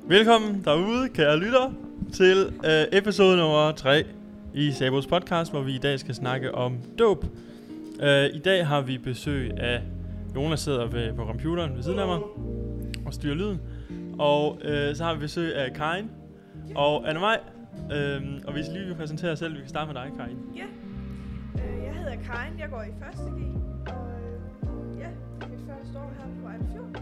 Velkommen derude, kære lytter, til episode nummer 3 i Sabos podcast, hvor vi i dag skal snakke om dåb. I dag har vi besøg af Jonas, sidder på computeren ved siden af mig og styrer lyden. Og så har vi besøg af Karin og Anne-Maj. Og vi skal lige præsentere os selv. Vi kan starte med dig, Karin. Ja, jeg hedder Karin. Jeg går i 1. G. Og ja, det er mit første år her på Vejlefjord.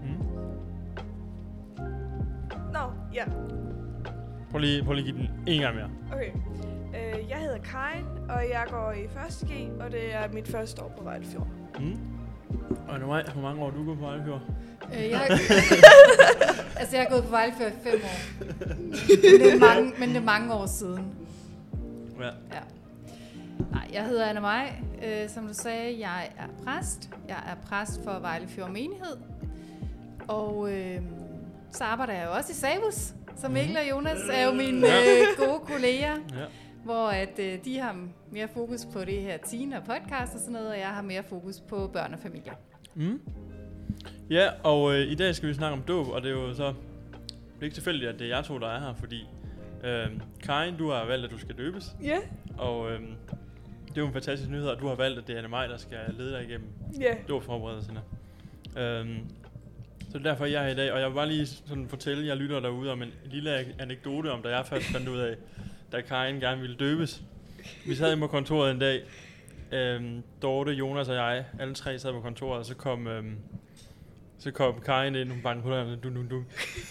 Nå, ja. Prøv lige at give den en gang mere. Okay. Jeg hedder Karin, og jeg går i 1. G, og det er mit første år på Vejlefjord. Og Anne-Maj, hvor mange år du går på Vejlefjord? Jeg har gået på Vejlefjord i 5 år. Men det er mange år siden. Ja. Nej, jeg hedder Anne-Maj. Som du sagde, jeg er præst. Jeg er præst for Vejlefjord Menighed. Og så arbejder jeg jo også i Sabus. Så Mikkel og Jonas er jo mine gode kolleger. Ja. Hvor at de har mere fokus på det her teen og podcast og sådan noget, og jeg har mere fokus på børn og familier. Ja, og i dag skal vi snakke om dåb, og det er jo så det er ikke tilfældigt, at det er jer to, der er her, fordi Karin, du har valgt, at du skal døbes. Ja. Og det er jo en fantastisk nyhed, at du har valgt, at det er Anne-Maj, der skal lede dig igennem dåbsforberedelserne. Så det er derfor, jeg er her i dag, og jeg vil bare lige sådan fortælle jer lytter derude om en lille anekdote om, da jeg først fandt ud af, da Karin gerne ville døbes. Vi sad på kontoret en dag, Dorte, Jonas og jeg, alle tre sad på kontoret, og så kom Karin ind, hun bankede på døren, du.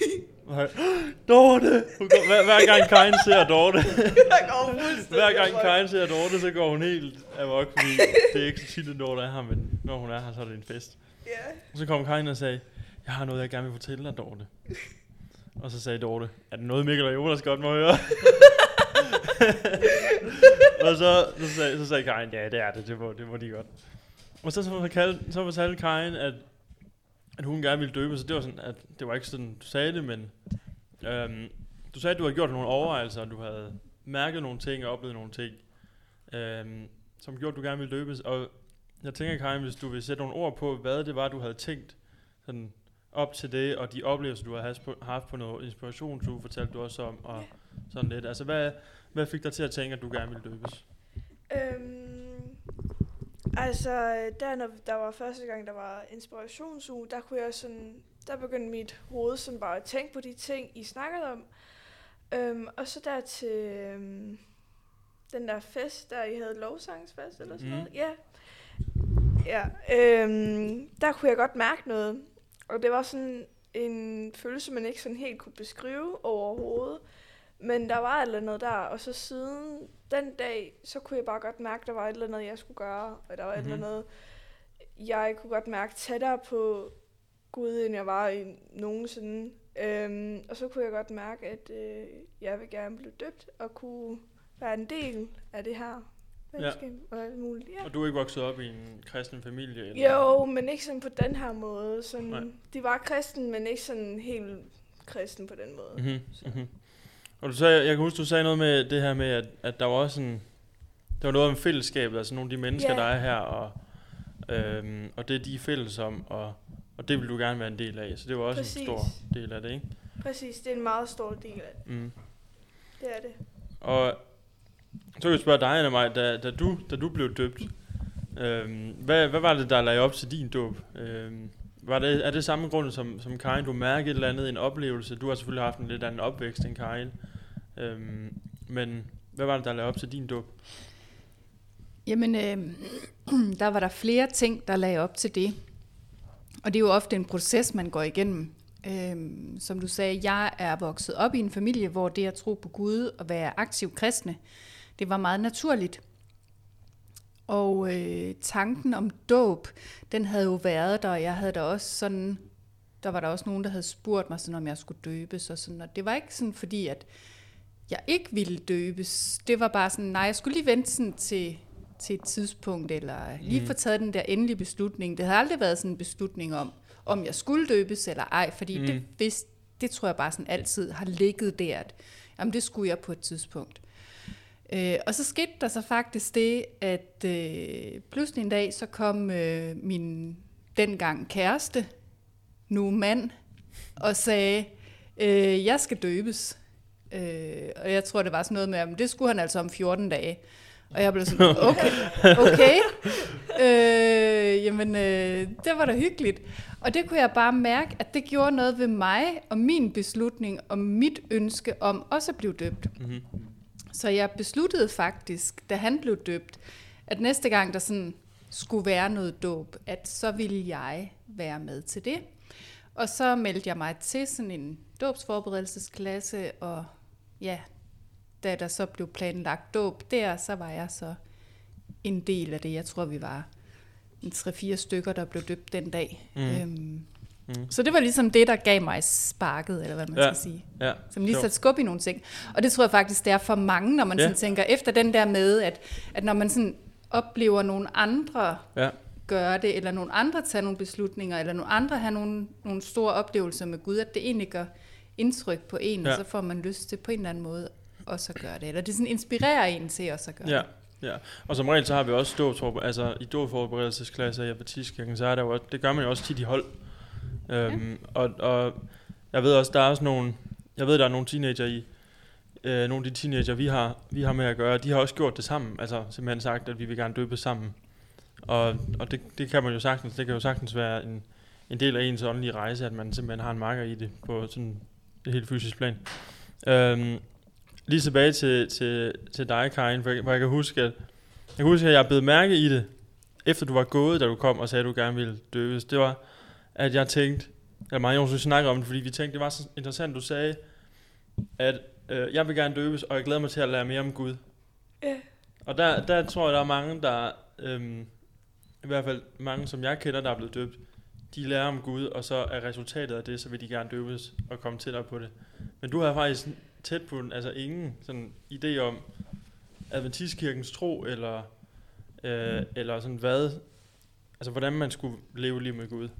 Dorte! Hver gang Karin ser Dorte, så går hun helt amok, fordi det er ikke så tit, at Dorte er her, men når hun er her, så er det en fest. Yeah. Og så kom Karin og sagde, jeg har noget, jeg gerne vil fortælle dig, Dorte. Og så sagde Dorte, er det noget, Mikkel og Jonas godt må høre? Og så sagde Karin, ja, det er det, det må de godt. Og så fortalte Karin, at hun gerne ville døbe, så det var sådan, at det var ikke sådan, du sagde det, men du sagde, at du havde gjort nogle overvejelser, og du havde mærket nogle ting og oplevet nogle ting, som gjorde, at du gerne ville døbes. Og jeg tænker, Karin, hvis du vil sætte nogle ord på, hvad det var, du havde tænkt sådan op til det, og de oplevelser, du har haft på noget inspiration, du fortalte du også om, og sådan lidt. Altså, hvad fik dig til at tænke, at du gerne ville døbes? Der var første gang, der var inspirationsuge, der kunne jeg sådan, der begyndte mit hoved sådan bare at tænke på de ting, I snakkede om. Og så der til den der fest, der I havde lovsangsfest eller sådan noget. Ja. Ja, der kunne jeg godt mærke noget. Og det var sådan en følelse, man ikke sådan helt kunne beskrive overhovedet. Men der var et eller andet der, og så siden den dag, så kunne jeg bare godt mærke, der var et eller andet, jeg skulle gøre. Og der var et eller andet, jeg kunne godt mærke tættere på Gud, end jeg var i nogensinde. Og så kunne jeg godt mærke, at jeg vil gerne blive døbt og kunne være en del af det her. Ja. Og alt muligt. Ja. Og du er ikke vokset op i en kristen familie? Eller? Jo, men ikke sådan på den her måde. Sådan, de var kristen, men ikke sådan helt kristen på den måde. Og jeg kan huske, du sagde noget med det her med, at der var også der var noget om fællesskabet, altså nogle af de mennesker, der er her, og det er de fælles om, og det vil du gerne være en del af. Så det var også en stor del af det, ikke? Præcis, det er en meget stor del af det. Det er det. Og så kan jeg spørge dig, Anne-Maj, da du blev døbt, hvad var det, der lagde op til din dåb? Er det samme grund som Karin, du mærkede et eller andet, en oplevelse? Du har selvfølgelig haft en lidt anden opvækst end Karin, men hvad var det, der lagde op til din dåb? Jamen, der var der flere ting, der lagde op til det. Og det er jo ofte en proces, man går igennem. Som du sagde, jeg er vokset op i en familie, hvor det at tro på Gud og være aktiv kristne, det var meget naturligt. Og tanken om dåb, den havde jo været der, og jeg havde da også sådan, der var der også nogen, der havde spurgt mig, sådan, om jeg skulle døbes og sådan, og det var ikke sådan, fordi at jeg ikke ville døbes. Det var bare sådan, nej, jeg skulle lige vente sådan til et tidspunkt, eller lige få taget den der endelige beslutning. Det havde aldrig været sådan en beslutning om jeg skulle døbes eller ej, fordi det tror jeg bare sådan altid har ligget der, at jamen, det skulle jeg på et tidspunkt. Og så skete der så faktisk det, at pludselig en dag, så kom min dengang kæreste, nu mand, og sagde, Jeg skal døbes. Og jeg tror, det var sådan noget med, at det skulle han altså om 14 dage. Og jeg blev sådan, okay. Det var da hyggeligt. Og det kunne jeg bare mærke, at det gjorde noget ved mig, og min beslutning, og mit ønske om også at blive døbt. Mm-hmm. Så jeg besluttede faktisk, da han blev døbt, at næste gang der sådan skulle være noget dåb, at så ville jeg være med til det. Og så meldte jeg mig til sådan en dåbsforberedelsesklasse, og ja, da der så blev planlagt dåb der, så var jeg så en del af det. Jeg tror, vi var 3-4 stykker, der blev døbt den dag. Så det var ligesom det, der gav mig sparket, eller hvad man skal sige. Ja. Som lige satte skub i nogle ting. Og det tror jeg faktisk, det er for mange, når man sådan tænker, efter den der med, at når man sådan oplever nogle andre gøre det, eller nogle andre tage nogle beslutninger, eller nogle andre have nogle store oplevelser med Gud, at det egentlig gør indtryk på en, og så får man lyst til på en eller anden måde også at gøre det. Eller det sådan inspirerer en til også at gøre det. Ja, og som regel så har vi også i dåbsforberedelsesklasser i Baptistkirken, så er der jo også, det gør man jo også tit i hold. Og jeg ved også, der er også der er nogle teenager nogle af de teenager, vi har med at gøre, de har også gjort det sammen, altså simpelthen sagt, at vi vil gerne døbe sammen. Og det kan man jo sagtens, det kan jo sagtens være en del af ens åndelige rejse, at man simpelthen har en marker i det, på sådan et helt fysisk plan. Lige tilbage til dig, Karin, hvor jeg kan huske, at jeg blev mærke i det, efter du var gået, da du kom og sagde, at du gerne ville døbes. Det var, at jeg tænkte, at mig og Jons snakke om det, fordi vi tænkte, det var så interessant, du sagde, at jeg vil gerne døbes, og jeg glæder mig til at lære mere om Gud. Og der tror jeg, der er mange, der, i hvert fald mange, som jeg kender, der er blevet døbt, de lærer om Gud, og så er resultatet af det, så vil de gerne døbes og komme tættere på det. Men du har faktisk tæt på den, altså ingen sådan idé om Adventistkirkens tro, eller sådan hvad, altså hvordan man skulle leve liv med Gud.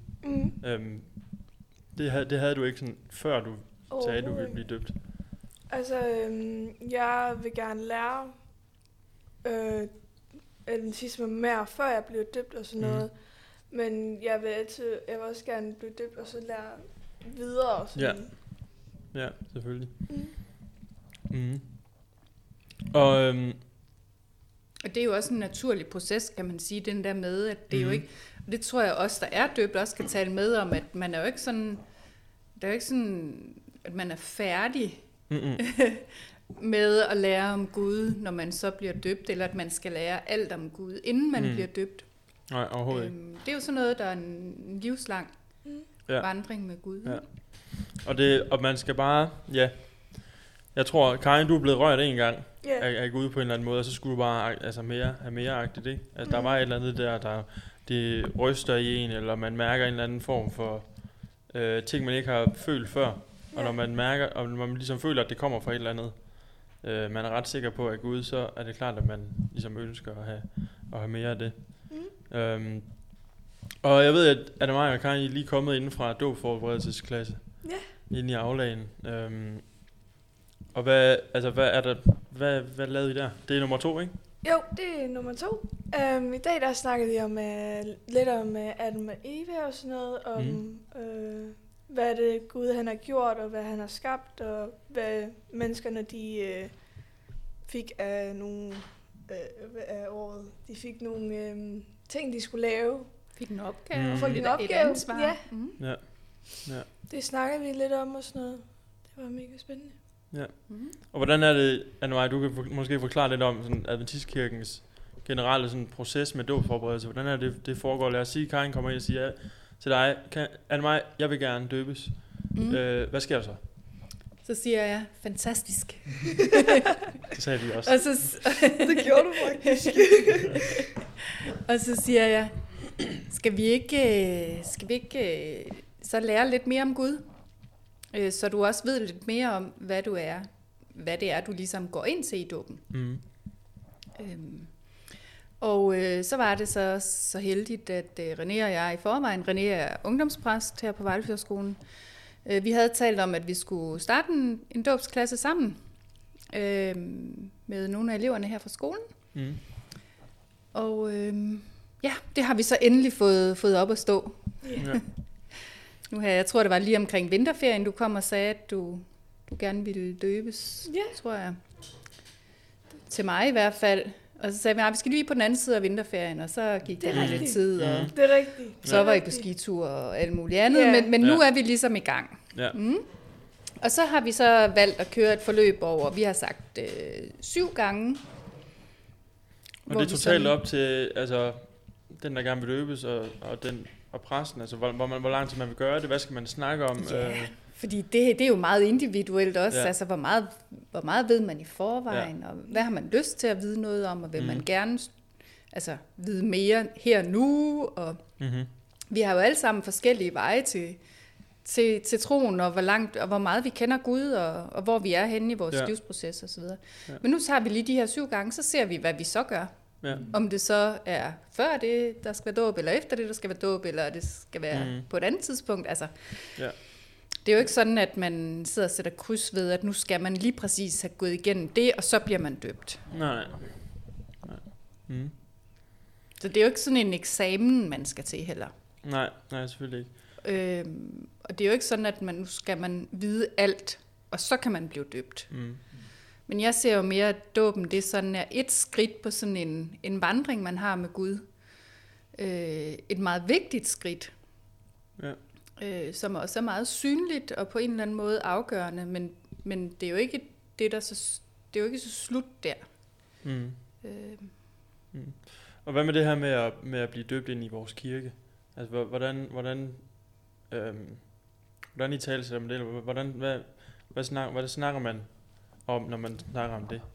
Det havde du ikke sådan, før du sagde, at du ville blive døbt. Altså, jeg vil gerne lære adventisme mere, før jeg blev døbt og sådan noget. Men jeg vil også gerne blive døbt og så lære videre og sådan. Ja, selvfølgelig. Og det er jo også en naturlig proces, kan man sige, den der med, at det er jo ikke, og det tror jeg også, der er døbt, også kan tale med om, at man er jo ikke sådan, det er jo ikke sådan, at man er færdig med at lære om Gud, når man så bliver døbt, eller at man skal lære alt om Gud, inden man bliver døbt. Nej, overhovedet ikke. Det er jo sådan noget, der er en livslang vandring med Gud. Ja. Og man skal bare, jeg tror, Karin, du er blevet rørt en gang af Gud på en eller anden måde, og så skulle du bare have mere-agtigt, ikke? Altså, der var et eller andet der det ryster i en, eller man mærker en eller anden form for ting, man ikke har følt før. Og når man mærker, og når man ligesom føler, at det kommer fra et eller andet, man er ret sikker på, at Gud, så er det klart, at man ligesom ønsker at have mere af det. Og jeg ved, at Anna-Maja og Karin, I er lige kommet inden fra dåbsforberedelsesklasse. Inde i aflagen. Og hvad lavede I der? Det er nummer 2, ikke? Jo, det er nummer 2. I dag der snakkede vi om lidt om Adam og Eva og sådan noget, om hvad det Gud han har gjort, og hvad han har skabt, og hvad menneskerne de fik af nogle af året. De fik nogle ting, de skulle lave. Fik en opgave. Et ansvar. Ja. Det snakker vi lidt om og sådan noget. Det var mega spændende. Ja. Og hvordan er det, Anna-Maja, du kan måske forklare lidt om sådan Adventistkirkens generelle sådan proces med dåbsforberedelse. Hvordan er det foregår? Lad os sige, Karin kommer ind og siger til dig, Anna-Maja, jeg vil gerne døbes. Hvad sker der så? Så siger jeg, fantastisk. Det sagde vi også. Og så, det gjorde du faktisk. Og så siger jeg, skal vi ikke så lære lidt mere om Gud? Så du også ved lidt mere om, hvad det er, du ligesom går ind til i dåben. Og så var det så heldigt, at René og jeg i forvejen, René er ungdomspræst her på Vejlefjordskolen, vi havde talt om, at vi skulle starte en dåbsklasse sammen med nogle af eleverne her fra skolen. Og det har vi så endelig fået op at stå. nu her, jeg tror, det var lige omkring vinterferien, du kom og sagde, at du gerne ville døbes, tror jeg. Til mig i hvert fald. Og så sagde vi, at vi skal lige på den anden side af vinterferien, og så gik der lidt tid, og det er rigtigt. Så var I på skitur og alt muligt andet, men nu er vi ligesom i gang. Ja. Og så har vi så valgt at køre et forløb over, vi har sagt 7 gange. Og det er totalt op til, altså, den der gerne vil døbes, og præsten, altså, hvor lang tid man vil gøre det, hvad skal man snakke om? Ja, fordi det er jo meget individuelt også, altså hvor meget ved man i forvejen, og hvad har man lyst til at vide noget om, og vil man gerne vide mere her nu, og vi har jo alle sammen forskellige veje til troen, og hvor langt, og hvor meget vi kender Gud, og hvor vi er henne i vores livsproces og så videre. Ja. Men nu har vi lige de her 7 gange, så ser vi, hvad vi så gør. Ja. Om det så er før det, der skal være dåb, eller efter det, der skal være dåb, eller det skal være på et andet tidspunkt. Altså, det er jo ikke sådan, at man sidder og sætter kryds ved, at nu skal man lige præcis have gået igennem det, og så bliver man døbt. Nej. Så det er jo ikke sådan en eksamen, man skal til heller. Nej, selvfølgelig ikke. Og det er jo ikke sådan, at nu skal man vide alt, og så kan man blive døbt. Men jeg ser jo mere, at dåben det sådan er et skridt på sådan en vandring, man har med Gud. Et meget vigtigt skridt, som også er meget synligt og på en eller anden måde afgørende, men det er jo ikke det, det er jo ikke så slut der. Og hvad med det her med at blive døbt ind i vores kirke? Altså, hvordan I taler sig om det? Hvad snakker man om, når man snakker om det?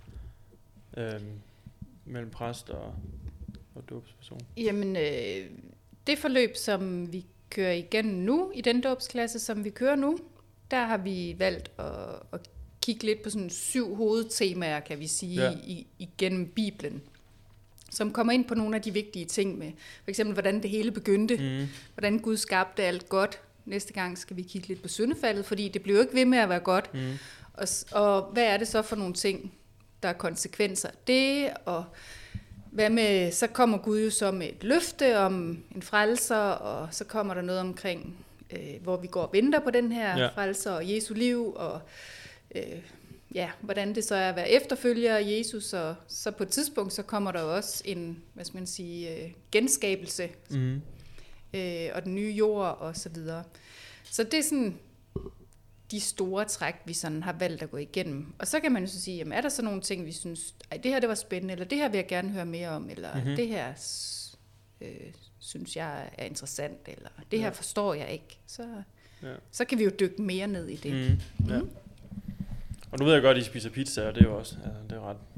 Mellem præst og dåbsperson? Jamen, det forløb, som vi kører igennem nu, i den dåbsklasse, som vi kører nu, der har vi valgt at kigge lidt på sådan 7 hovedtemaer, kan vi sige, igennem Bibelen, som kommer ind på nogle af de vigtige ting med, for eksempel, hvordan det hele begyndte, hvordan Gud skabte alt godt. Næste gang skal vi kigge lidt på syndefaldet, fordi det bliver jo ikke ved med at være godt. Og hvad er det så for nogle ting, der er konsekvenser af det, og hvad med, så kommer Gud jo så med et løfte om en frelser, og så kommer der noget omkring, hvor vi går og venter på den her frelser og Jesu liv, og hvordan det så er at være efterfølger af Jesus, og så på et tidspunkt, så kommer der også en, hvad skal man sige, genskabelse, og den nye jord, og så videre. Så det er sådan de store træk, vi sådan har valgt at gå igennem. Og så kan man jo så sige, jamen, er der så nogle ting, vi synes, det her det var spændende, eller det her vil jeg gerne høre mere om, eller det her synes jeg er interessant, eller det her forstår jeg ikke. Så kan vi jo dykke mere ned i det. Og nu ved jeg godt, at I spiser pizza, og det er jo også, det er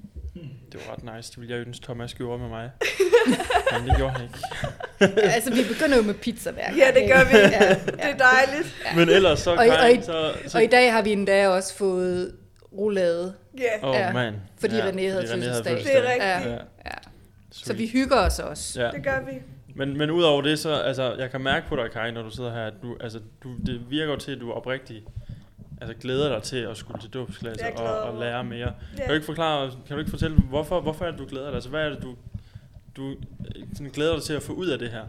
ret nice. Det ville jeg ønske, Thomas gjorde med mig. Men det gjorde han ikke. Altså, vi begynder jo med pizza hver gang. Ja, det gør vi. Det er dejligt. Ja. Men ellers så og i dag har vi endda også fået roulade. Man. Fordi René havde fødselsdag. Det er rigtigt. Ja. Så vi hygger os også. Ja. Det gør vi. Men udover det, så altså, jeg kan mærke på dig, Kai, når du sidder her, at det virker til, at du er oprigtig. Altså glæder dig til at skulle til dåbsklasse og lære mere. Yeah. Kan du ikke fortælle, hvorfor er det, du glæder dig? Altså, hvad er det, du glæder dig til at få ud af det her?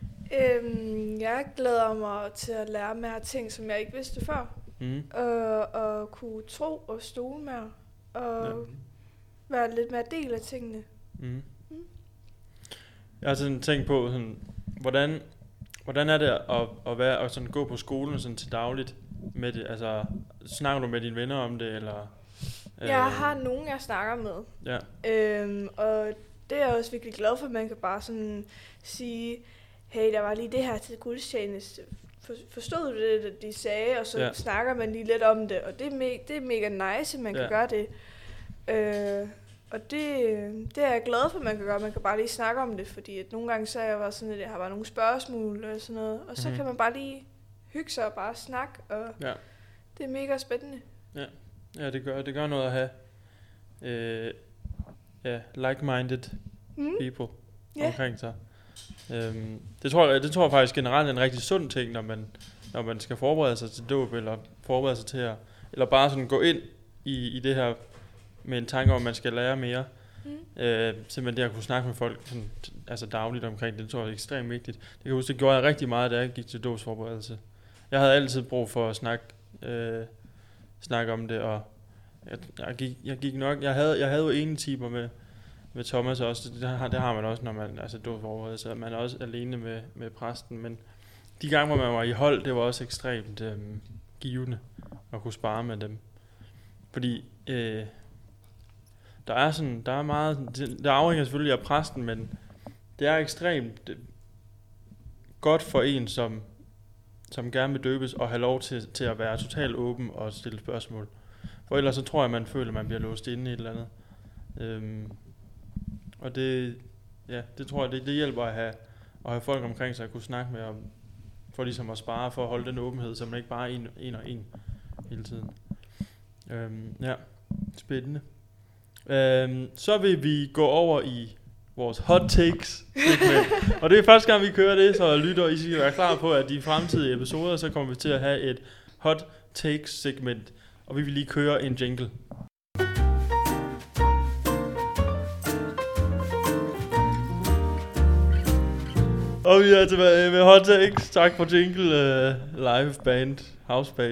Jeg glæder mig til at lære mere ting, som jeg ikke vidste før. Og kunne tro og stole mere. Og være lidt mere del af tingene. Jeg har sådan tænkt på, sådan, hvordan er det at være og sådan gå på skolen sådan til dagligt med det? Altså, snakker du med dine venner om det, eller? Jeg har nogen, jeg snakker med. Ja. Og det er jeg også virkelig glad for, at man kan bare sådan sige, hey, der var lige det her til gudstjeneste. Forstod du det, de sagde? Og så snakker man lige lidt om det. Og det er mega nice, at man kan gøre det. Og det er jeg glad for, at man kan gøre. Man kan bare lige snakke om det, fordi at nogle gange så er jeg bare sådan, at jeg har bare nogle spørgsmål og sådan noget. Og så kan man bare lige hygge sig og bare snakke, og det er mega spændende. Ja, det gør noget at have like-minded people omkring sig. Det tror jeg faktisk generelt er en rigtig sund ting, når man skal forberede sig til dåb, eller forberede sig til eller bare sådan gå ind i det her med en tanke om, at man skal lære mere. Simpelthen det at kunne snakke med folk sådan, altså dagligt omkring det tror jeg er ekstremt vigtigt. Det kan jeg huske, det gjorde jeg rigtig meget, da jeg gik til dåbsforberedelse. jeg havde altid brug for at snakke om det, og jeg gik nok, jeg havde jo ene timer med Thomas også, det har man også, når man, altså dåbsforberedelse, man er også alene med præsten, men de gange, hvor man var i hold, det var også ekstremt givende at kunne spare med dem. Fordi der er meget, der afhænger selvfølgelig af præsten, men det er ekstremt godt for en, som gerne vil døbes, og have lov til at være totalt åben og stille spørgsmål. For ellers så tror jeg, man føler, at man bliver låst inde i et eller andet. Og det tror jeg, det hjælper at have folk omkring sig at kunne snakke med om, for ligesom at spare, for at holde den åbenhed, så man ikke bare er en og en hele tiden. Spændende. Så vil vi gå over i vores hot takes segment. Og det er første gang vi kører det, så lytter I skal være klar på, at de fremtidige episoder, så kommer vi til at have et hot takes segment. Og vi vil lige køre en jingle. Og vi er tilbage med hot takes. Tak for jingle, live band, house band.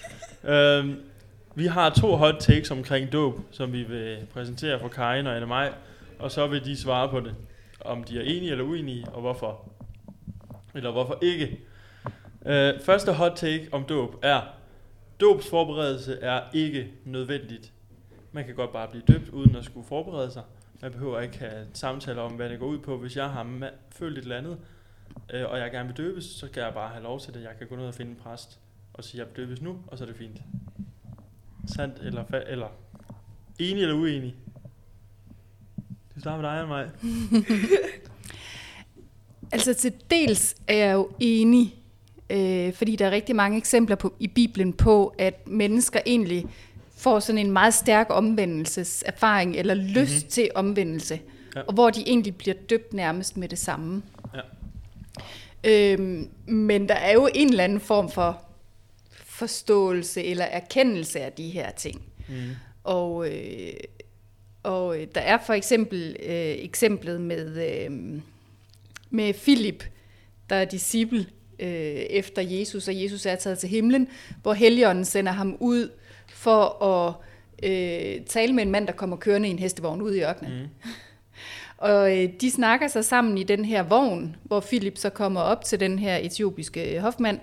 Vi har 2 hot takes omkring dåb, som vi vil præsentere for Karin og Anne-Maj, og så vil de svare på det, om de er enige eller uenige, og hvorfor. Eller hvorfor ikke. Første hot take om dåb er, dåbsforberedelse er ikke nødvendigt. Man kan godt bare blive døbt, uden at skulle forberede sig. Man behøver ikke have samtaler om, hvad det går ud på. Hvis jeg har følt et eller andet, og jeg gerne vil døbes, så skal jeg bare have lov til det. Jeg kan gå ned og finde en præst og sige, at jeg vil døbes nu, og så er det fint. Sandt eller enig eller uenig? Det starter med dig og mig. Altså til dels er jeg jo enig, fordi der er rigtig mange eksempler i Bibelen på, at mennesker egentlig får sådan en meget stærk omvendelseserfaring, eller lyst til omvendelse, og hvor de egentlig bliver døbt nærmest med det samme. Ja. Men der er jo en eller anden form for forståelse eller erkendelse af de her ting. Og der er for eksempel eksemplet med Filip, der er disciple efter Jesus, og Jesus er taget til himlen, hvor Helligånden sender ham ud for at tale med en mand, der kommer kørende i en hestevogn ud i ørkenen. Og de snakker sig sammen i den her vogn, hvor Filip så kommer op til den her etiopiske hofmand,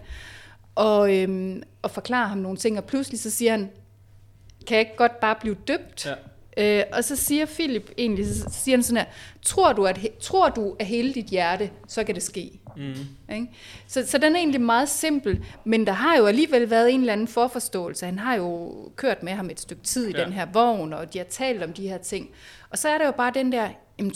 og forklarer ham nogle ting, og pludselig så siger han, kan jeg ikke godt bare blive døbt? Ja. Og så siger Filip egentlig, så siger han sådan her, tror du af hele dit hjerte, så kan det ske. Ikke? Så den er egentlig meget simpel, men der har jo alligevel været en eller anden forforståelse. Han har jo kørt med ham et stykke tid i den her vogn, og de har talt om de her ting. Og så er der jo bare den der, jamen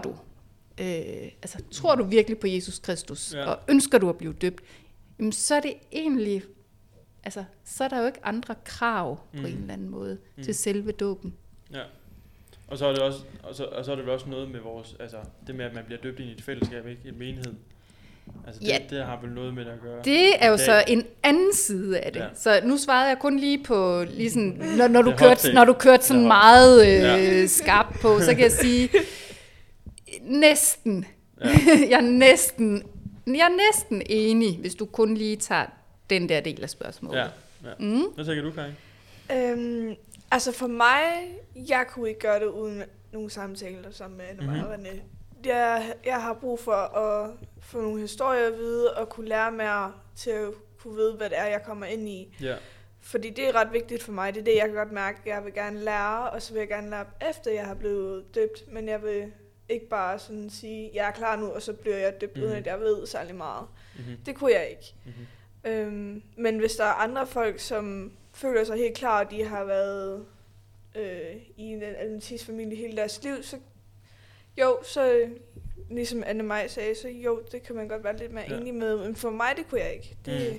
tror du virkelig på Jesus Kristus, og ønsker du at blive døbt? Jamen så er det egentlig, altså så er der jo ikke andre krav på en eller anden måde til selve dåben. Ja. Og så er det også, og så er det også noget med vores, altså det med at man bliver døbt ind i et fællesskab, ikke en menighed. Altså det har vel noget med det at gøre. Det er jo så en anden side af det. Ja. Så nu svarede jeg kun lige på ligesom, når du kørte sådan meget skarpt på, så kan jeg sige næsten. Ja. Jeg er næsten enig, hvis du kun lige tager den der del af spørgsmålet. Ja. Hvad tænker du, Karin? Altså for mig, jeg kunne ikke gøre det uden nogle samtaler sammen med Anne-Marie. Jeg har brug for at få nogle historier at vide, og kunne lære mere til at kunne vide, hvad det er, jeg kommer ind i. Yeah. Fordi det er ret vigtigt for mig. Det er det, jeg kan godt mærke, jeg vil gerne lære, og så vil jeg gerne lære efter, jeg har blevet døbt. Men jeg vil ikke bare sådan sige, jeg er klar nu, og så bliver jeg døbt, uden at jeg ved særlig meget. Det kunne jeg ikke. Men hvis der er andre folk, som føler sig helt klar, og de har været i en adventistfamilie hele deres liv, så ligesom Anne-Maj sagde, så det kan man godt være lidt mere enig med, men for mig, det kunne jeg ikke. Det...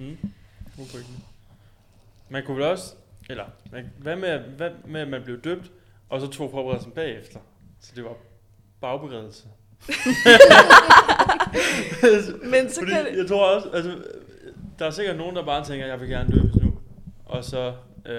Man kunne vel også, eller hvad med at man blev døbt, og så tog forberedelsen bagefter, så det var bagberedelse. Men så kan jeg tror også, altså, der er sikkert nogen, der bare tænker, jeg vil gerne døbes nu, og så,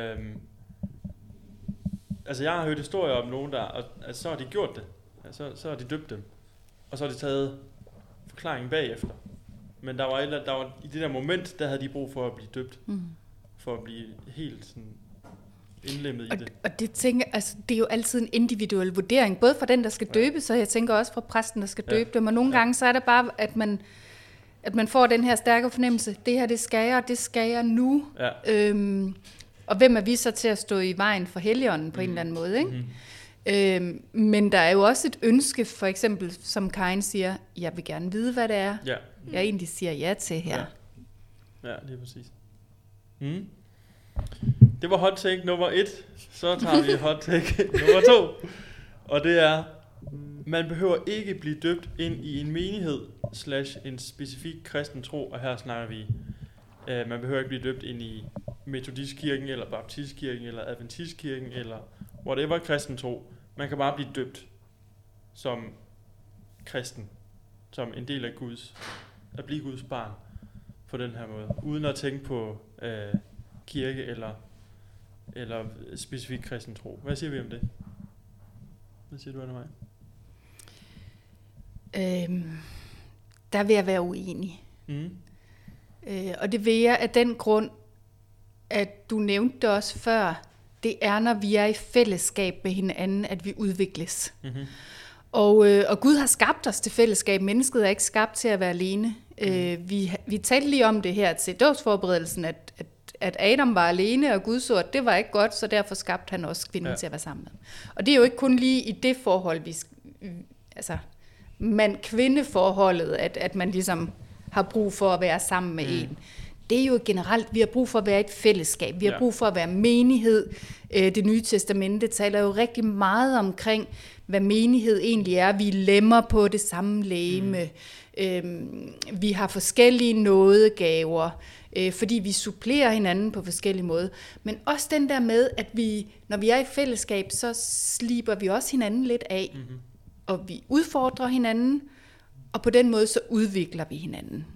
altså jeg har hørt historier om nogen, der, altså så har de gjort det, så har de døbt dem, og så har de taget forklaringen bagefter. Men der var i det der moment, der havde de brug for at blive døbt. For at blive helt sådan indlemmet i det. Og det tænker, altså, det er jo altid en individuel vurdering, både for den, der skal døbe, så jeg tænker også for præsten, der skal døbe dem. Og nogle gange, så er det bare, at man får den her stærke fornemmelse, det her, det skal jeg nu. Ja. Og hvem er vi så til at stå i vejen for Helligånden på en eller anden måde, ikke? Men der er jo også et ønske, for eksempel, som Karin siger, jeg vil gerne vide, hvad det er, jeg egentlig siger ja til her. Ja, lige præcis. Det var hot take nummer 1. Så tager vi hot take nummer 2. Og det er, man behøver ikke blive døbt ind i en menighed / en specifik kristen tro. Og her snakker vi, man behøver ikke blive døbt ind i metodistkirken, eller baptistkirken, eller adventistkirken, eller whatever kristen tro. Man kan bare blive døbt som kristen, som en del af at blive Guds barn på den her måde, uden at tænke på kirke eller specifik kristen tro. Hvad siger vi om det? Hvad siger du, Anna-Marie? Der vil jeg være uenig. Og det vil jeg af den grund, at du nævnte det også før, det er, når vi er i fællesskab med hinanden, at vi udvikles. Og Gud har skabt os til fællesskab. Mennesket er ikke skabt til at være alene. Vi talte lige om det her til dåbsforberedelsen, at Adam var alene, og Gud så, at det var ikke godt, så derfor skabte han også kvinden til at være sammen med. Og det er jo ikke kun lige i det forhold, altså mand-kvinde-forholdet, at man ligesom har brug for at være sammen med en. Det er jo generelt, vi har brug for at være et fællesskab. Vi har brug for at være menighed. Det Nye Testamente taler jo rigtig meget omkring, hvad menighed egentlig er. Vi lemmer på det samme legeme. Vi har forskellige nådegaver, fordi vi supplerer hinanden på forskellige måder. Men også den der med, at vi, når vi er i fællesskab, så sliber vi også hinanden lidt af. Og vi udfordrer hinanden, og på den måde så udvikler vi hinanden.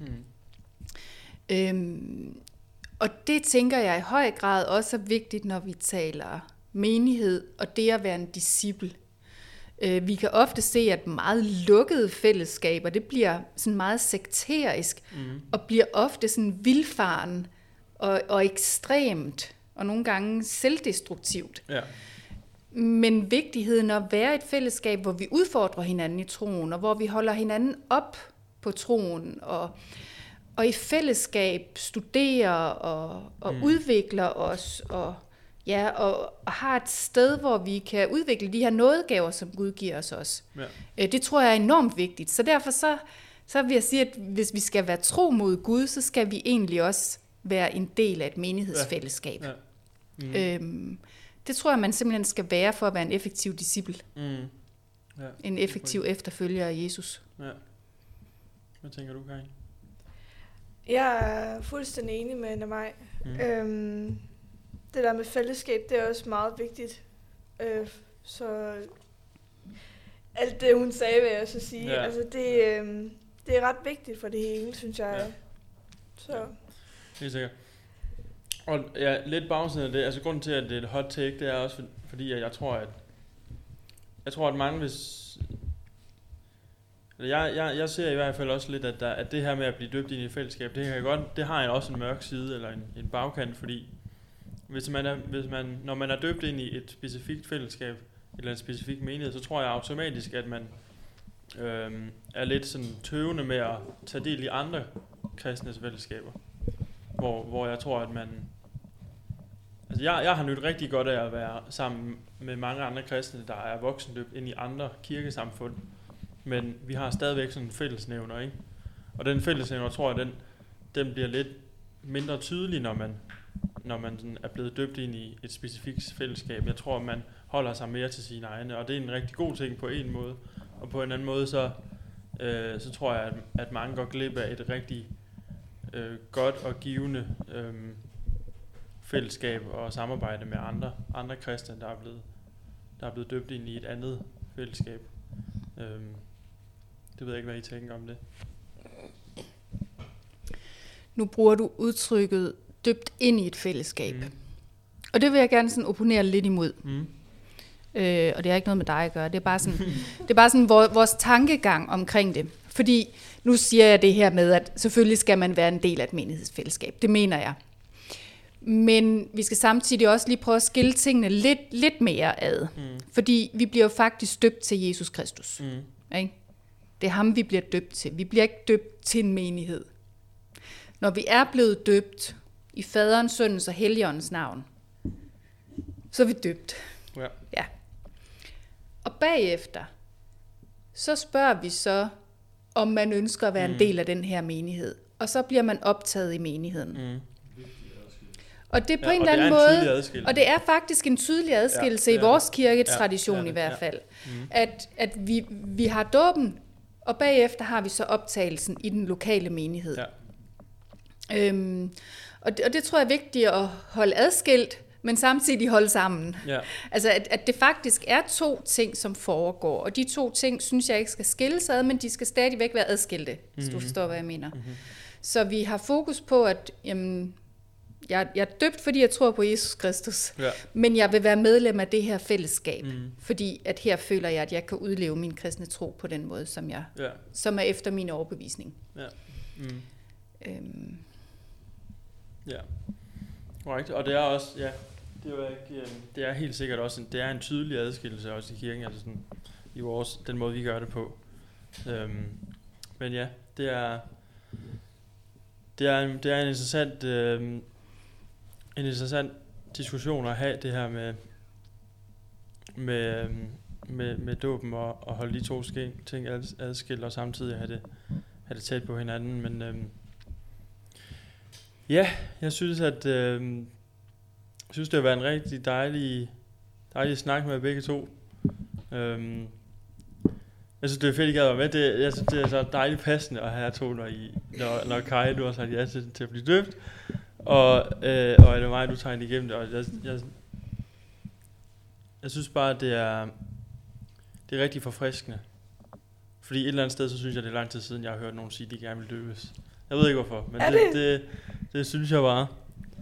Og det tænker jeg i høj grad også er vigtigt, når vi taler menighed og det at være en disciple. Vi kan ofte se, at meget lukkede fællesskaber, det bliver sådan meget sekterisk, og bliver ofte sådan vildfaren og ekstremt, og nogle gange selvdestruktivt. Ja. Men vigtigheden at være et fællesskab, hvor vi udfordrer hinanden i troen, og hvor vi holder hinanden op på troen, og i fællesskab studerer og udvikler os, og har et sted, hvor vi kan udvikle de her nådegaver, som Gud giver os også. Ja. Det tror jeg er enormt vigtigt. Så derfor så vil jeg sige, at hvis vi skal være tro mod Gud, så skal vi egentlig også være en del af et menighedsfællesskab. Ja. Det tror jeg, man simpelthen skal være for at være en effektiv disciple. Ja. En effektiv efterfølger af Jesus. Ja. Hvad tænker du, Karin? Jeg er fuldstændig enig med Anna-Marie. Det der med fællesskab, det er også meget vigtigt. Så alt det, hun sagde, vil jeg så sige. Ja. Altså, det er ret vigtigt for det hele, synes jeg. Ja. Så. Helt sikkert. Og lidt bagsiden af det, altså grunden til, at det er et hot take, det er også fordi, at jeg tror, at mange hvis... Jeg ser i hvert fald også lidt, at det her med at blive døbt ind i et fællesskab, det har også en mørk side, eller en bagkant, fordi når man er døbt ind i et specifikt fællesskab, eller en specifik menighed, så tror jeg automatisk, at man er lidt sådan tøvende med at tage del i andre kristnes fællesskaber. Hvor jeg tror, at man... Altså jeg har nydt rigtig godt af at være sammen med mange andre kristne, der er voksendøbt ind i andre kirkesamfund. Men vi har stadigvæk sådan en fællesnævner, ikke? Og den fællesnævner, tror jeg, den bliver lidt mindre tydelig, når man sådan er blevet døbt ind i et specifikt fællesskab. Jeg tror, man holder sig mere til sine egne, og det er en rigtig god ting på en måde. Og på en anden måde, så tror jeg, at mange går glip af et rigtig godt og givende fællesskab og samarbejde med andre kristne, der er blevet døbt ind i et andet fællesskab. Det ved jeg ikke, hvad I tænker om det. Nu bruger du udtrykket døbt ind i et fællesskab. Og det vil jeg gerne sådan opponere lidt imod. Og det har ikke noget med dig at gøre. Det er bare sådan vores tankegang omkring det. Fordi nu siger jeg det her med, at selvfølgelig skal man være en del af et menighedsfællesskab. Det mener jeg. Men vi skal samtidig også lige prøve at skille tingene lidt mere ad. Fordi vi bliver jo faktisk døbt til Jesus Kristus. Ikke? Det er ham, vi bliver døbt til. Vi bliver ikke døbt til en menighed. Når vi er blevet døbt i Faderens, Søndens og Helligåndens navn, så er vi døbt. Ja. Og bagefter, så spørger vi så, om man ønsker at være en del af den her menighed. Og så bliver man optaget i menigheden. Og det er på en eller anden måde, og det er faktisk en tydelig adskillelse i vores kirketradition i hvert fald, at vi har dåben, og bagefter har vi så optagelsen i den lokale menighed. Og det tror jeg er vigtigt at holde adskilt, men samtidig holde sammen. Altså at det faktisk er 2 ting, som foregår, og de 2 ting synes jeg ikke skal skilles ad, men de skal stadigvæk være adskilte, hvis du forstår, hvad jeg mener. Så vi har fokus på, at jamen, jeg er døbt, fordi jeg tror på Jesus Kristus, men jeg vil være medlem af det her fællesskab, fordi at her føler jeg, at jeg kan udleve min kristne tro på den måde, som er efter min overbevisning. Right. Og det er også, det er jo ikke, det er helt sikkert også det er en tydelig adskillelse også i kirken, altså sådan i vores den måde vi gør det på. Men ja, det er en interessant diskussion at have det her med dåben og holde de 2 ting adskilt og samtidig have det tæt på hinanden, men jeg synes at det har været en rigtig dejlig snak med begge 2. Jeg synes det er fedt, at I gad være med. Jeg synes det er så dejligt passende at have jer 2, når Kai du har sagt ja til at blive døbt, og er det mig, du tager ind igennem det, og jeg synes bare, at det er rigtig forfriskende. Fordi et eller andet sted, så synes jeg, det er lang tid siden, jeg har hørt nogen sige, at de gerne vil døbes. Jeg ved ikke hvorfor, men det synes jeg bare.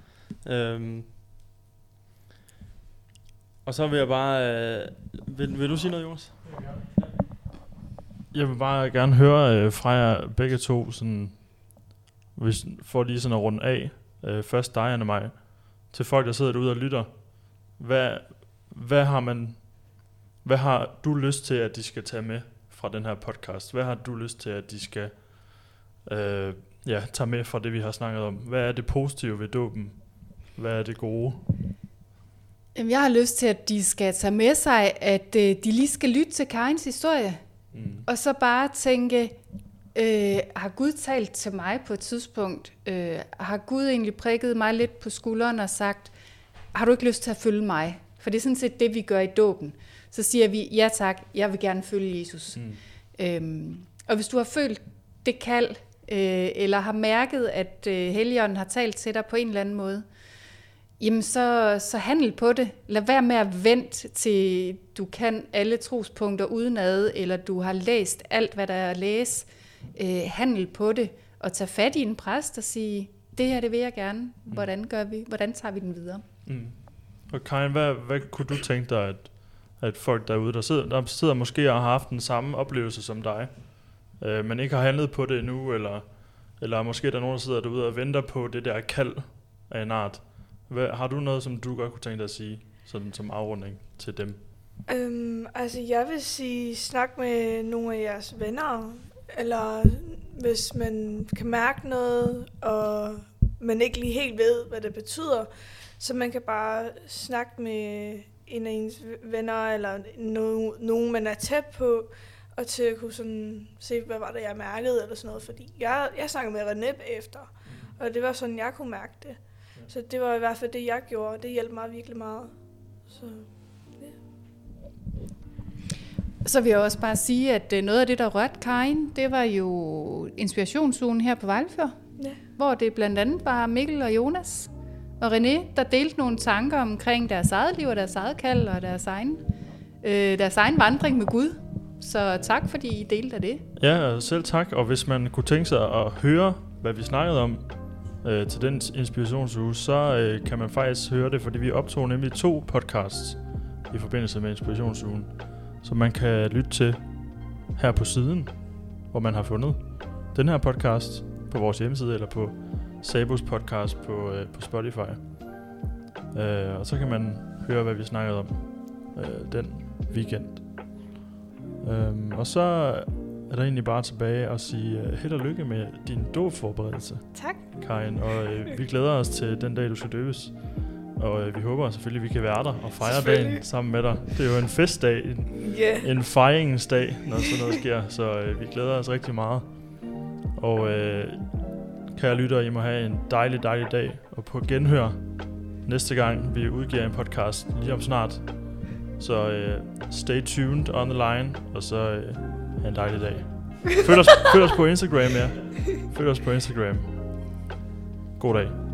Og så vil jeg bare... Vil du sige noget, Jonas? Jeg vil bare gerne høre fra jer begge 2, sådan, for lige sådan at runde af, først dig, Anne Maj, til folk, der sidder derude og lytter. Hvad har du lyst til, at de skal tage med fra den her podcast? Hvad har du lyst til, at de skal tage med fra det, vi har snakket om? Hvad er det positive ved dåben? Hvad er det gode? Jeg har lyst til, at de skal tage med sig, at de lige skal lytte til Karins historie. Og så bare tænke, har Gud talt til mig på et tidspunkt? Har Gud egentlig prikket mig lidt på skulderen og sagt, har du ikke lyst til at følge mig? For det er sådan set det, vi gør i dåben. Så siger vi, ja tak, jeg vil gerne følge Jesus. Og hvis du har følt det kald, eller har mærket, at Helligånden har talt til dig på en eller anden måde, jamen så handel på det. Lad være med at vente til du kan alle trospunkter udenad, eller du har læst alt, hvad der er at læse. Handel på det, og tage fat i en præst og sige, det her, det vil jeg gerne. Hvordan gør vi? Hvordan tager vi den videre? Og Karin, hvad kunne du tænke dig, at folk derude, der sidder måske og har haft den samme oplevelse som dig, men ikke har handlet på det endnu, eller måske der er nogen, der sidder derude og venter på det der kald af en art. Har du noget, som du godt kunne tænke dig at sige, sådan som afrunding til dem? Altså jeg vil sige, snak med nogle af jeres venner, eller hvis man kan mærke noget, og man ikke lige helt ved, hvad det betyder, så man kan bare snakke med en af ens venner, eller nogen man er tæt på, og til at kunne sådan se, hvad var det, jeg mærkede, eller sådan noget. Fordi jeg snakkede med René efter, og det var sådan, jeg kunne mærke det. Så det var i hvert fald det, jeg gjorde, og det hjalp mig virkelig meget. Så vil jeg også bare sige, at noget af det, der rørte Karin, det var jo inspirationsugen her på Vejlefjord, hvor det blandt andet var Mikkel og Jonas og René, der delte nogle tanker omkring deres eget liv og deres eget kald og deres egen vandring med Gud. Så tak, fordi I delte af det. Ja, selv tak. Og hvis man kunne tænke sig at høre, hvad vi snakkede om til den inspirationsuge, så kan man faktisk høre det, fordi vi optog nemlig 2 podcasts i forbindelse med inspirationsugen, som man kan lytte til her på siden. hvor man har fundet den her podcast på vores hjemmeside, eller på Sabos podcast på Spotify. Og så kan man høre, hvad vi snakkede om den weekend. Og så er der egentlig bare tilbage at sige held og lykke med din dåbforberedelse. Tak. Karin, og vi glæder os til den dag, du skal døbes. Og vi håber selvfølgelig, at vi kan være der og fejre dagen sammen med dig. Det er jo en festdag, en fejringsdag, når sådan noget sker, så vi glæder os rigtig meget. Og kære lyttere, I må have en dejlig, dejlig dag, og på genhør næste gang, vi udgiver en podcast lige om snart. Så stay tuned on the line, og så have en dejlig dag. Følg os på Instagram, ja. Følg os på Instagram. God dag.